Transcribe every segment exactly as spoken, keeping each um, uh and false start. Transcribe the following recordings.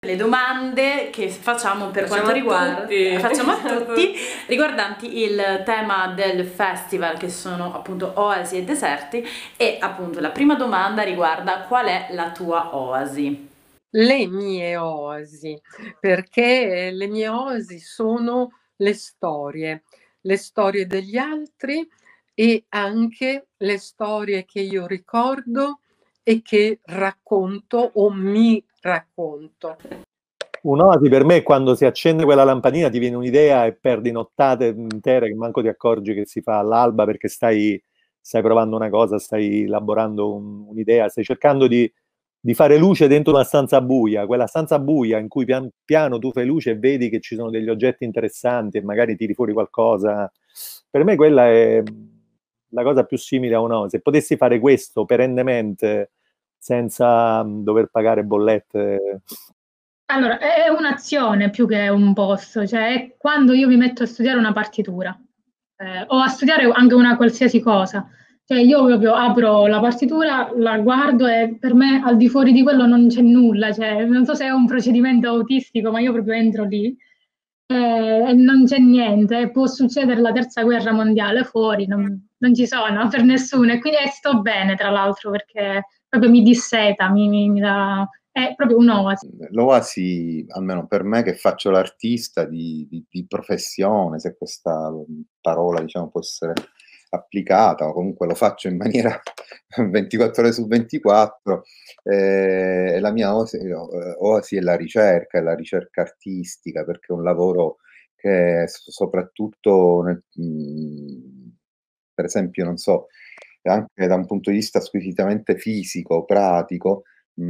Le domande che facciamo per Facciamo quanto a riguarda tutti. facciamo a tutti riguardanti il tema del festival, che sono appunto oasi e deserti, e appunto la prima domanda riguarda: qual è la tua oasi? Le mie oasi, perché le mie oasi sono le storie, le storie degli altri e anche le storie che io ricordo e che racconto o mi racconto. Un'oasi per me è quando si accende quella lampadina, ti viene un'idea e perdi nottate intere che manco ti accorgi che si fa all'alba, perché stai, stai provando una cosa, stai elaborando un- un'idea, stai cercando di, di fare luce dentro una stanza buia, quella stanza buia in cui pian piano tu fai luce e vedi che ci sono degli oggetti interessanti e magari tiri fuori qualcosa. Per me quella è la cosa più simile a un'oasi. Se potessi fare questo perennemente senza mm, dover pagare bollette. Allora, è un'azione più che un posto, cioè è quando io mi metto a studiare una partitura eh, o a studiare anche una qualsiasi cosa. Cioè io proprio apro la partitura, la guardo e per me al di fuori di quello non c'è nulla, cioè, non so se è un procedimento autistico, ma io proprio entro lì eh, e non c'è niente. Può succedere la terza guerra mondiale fuori, non, non ci sono per nessuno e quindi e sto bene tra l'altro perché proprio mi disseta, mi, mi, mi dà... è proprio un'oasi. L'oasi, almeno per me che faccio l'artista di, di- di professione, se questa parola diciamo può essere applicata, o comunque lo faccio in maniera ventiquattro ore su ventiquattro, eh, la mia oasi, eh, oasi è la ricerca, è la ricerca artistica, perché è un lavoro che soprattutto nel, mh, per esempio, non so, anche da un punto di vista squisitamente fisico, pratico,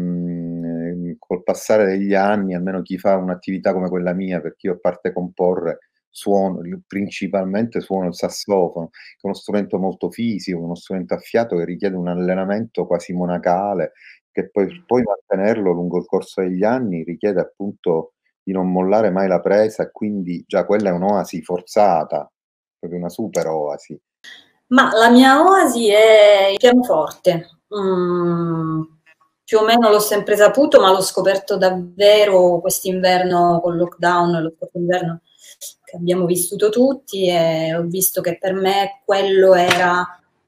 mh, col passare degli anni, almeno chi fa un'attività come quella mia, perché io a parte comporre, suono, io principalmente suono il sassofono, che è uno strumento molto fisico, uno strumento a fiato che richiede un allenamento quasi monacale, che poi, poi mantenerlo lungo il corso degli anni richiede appunto di non mollare mai la presa, e quindi già quella è un'oasi forzata, proprio una super oasi. Ma la mia oasi è il pianoforte. Mm, più o meno l'ho sempre saputo, ma l'ho scoperto davvero quest'inverno con il lockdown, lo scorso inverno che abbiamo vissuto tutti, e ho visto che per me quello era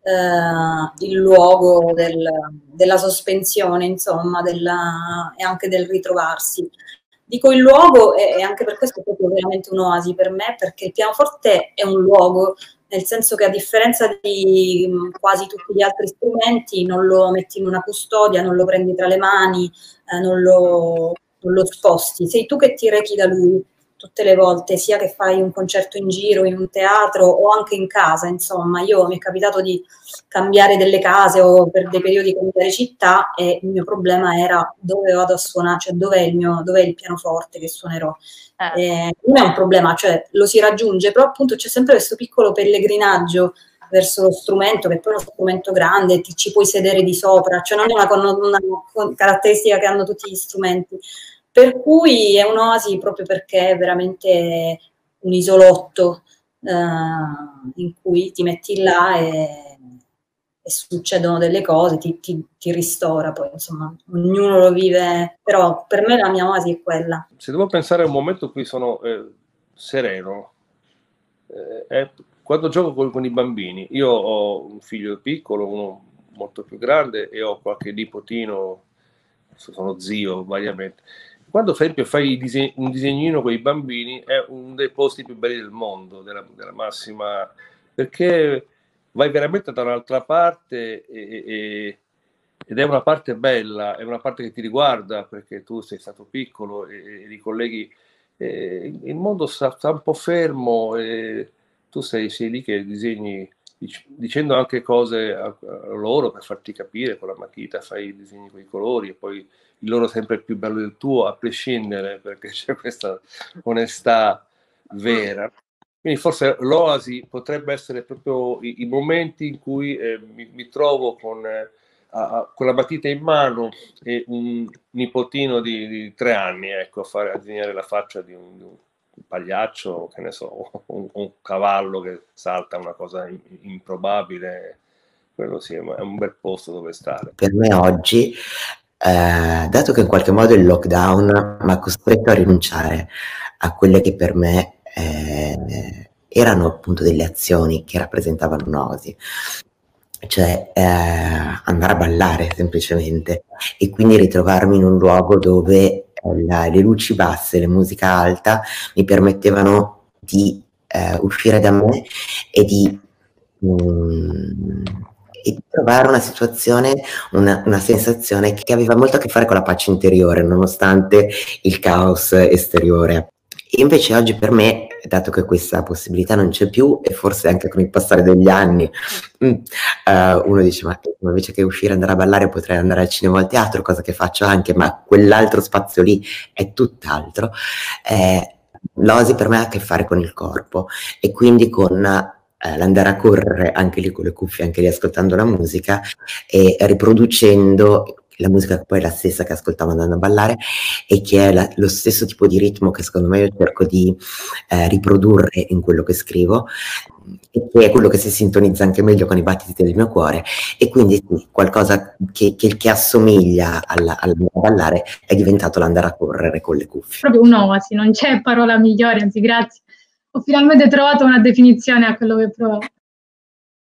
eh, il luogo del- della sospensione, insomma, della- e anche del ritrovarsi. Dico il luogo e, e anche per questo è proprio veramente un'oasi per me, perché il pianoforte è un luogo, nel senso che a differenza di mh, quasi tutti gli altri strumenti non lo metti in una custodia, non lo prendi tra le mani, eh, non, lo, non lo sposti, sei tu che ti rechi da lui tutte le volte, sia che fai un concerto in giro, in un teatro o anche in casa, insomma. Io mi è capitato di cambiare delle case o per dei periodi cambiare città, e il mio problema era dove vado a suonare, cioè dov'è il mio, dov'è il pianoforte che suonerò. Eh. Eh, non è un problema, cioè lo si raggiunge, però appunto c'è sempre questo piccolo pellegrinaggio verso lo strumento, che poi è uno strumento grande, ti ci puoi sedere di sopra, cioè non è una, una caratteristica che hanno tutti gli strumenti. Per cui è un'oasi proprio perché è veramente un isolotto eh, in cui ti metti là e, e succedono delle cose, ti, ti, ti ristora, poi insomma ognuno lo vive, però per me la mia oasi è quella. Se devo pensare a un momento in cui sono eh, sereno, eh, è quando gioco con, con i bambini. Io ho un figlio piccolo, uno molto più grande, e ho qualche nipotino, sono zio variamente. Quando per esempio fai diseg- un disegnino con i bambini è uno dei posti più belli del mondo, della, della massima, perché vai veramente da un'altra parte e, e, ed è una parte bella, è una parte che ti riguarda perché tu sei stato piccolo e, e ricolleghi. E il mondo sta, sta un po' fermo e tu sei, sei lì che disegni dic- dicendo anche cose a, a loro per farti capire con la matita, fai i disegni con i colori e poi il loro sempre è più bello del tuo, a prescindere, perché c'è questa onestà vera. Quindi forse l'oasi potrebbe essere proprio i, i momenti in cui eh, mi, mi trovo con, eh, a, con la matita in mano e un nipotino di, di tre anni, ecco, a fare a disegnare la faccia di un, di un pagliaccio, che ne so, un, un cavallo che salta, una cosa in, improbabile. Quello sì, è un bel posto dove stare. Per me oggi eh, dato che in qualche modo il lockdown mi ha costretto a rinunciare a quelle che per me eh, erano appunto delle azioni che rappresentavano un'oasi, cioè eh, andare a ballare semplicemente, e quindi ritrovarmi in un luogo dove eh, la, le luci basse, la musica alta mi permettevano di eh, uscire da me e di, mm, e di trovare una situazione, una, una sensazione che aveva molto a che fare con la pace interiore, nonostante il caos esteriore. E invece oggi per me, dato che questa possibilità non c'è più, e forse anche con il passare degli anni, uh, uno dice, ma invece che uscire e andare a ballare potrei andare al cinema o al teatro, cosa che faccio anche, ma quell'altro spazio lì è tutt'altro. Eh, l'oasi per me ha a che fare con il corpo, e quindi con eh, l'andare a correre, anche lì con le cuffie, anche lì ascoltando la musica e riproducendo la musica che poi è la stessa che ascoltavo andando a ballare, e che è la, lo stesso tipo di ritmo che secondo me io cerco di eh, riprodurre in quello che scrivo, e che è quello che si sintonizza anche meglio con i battiti del mio cuore, e quindi sì, qualcosa che, che, che assomiglia alla, al ballare è diventato l'andare a correre con le cuffie. Proprio un'oasi, non c'è parola migliore, anzi grazie. Ho finalmente trovato una definizione a quello che provo.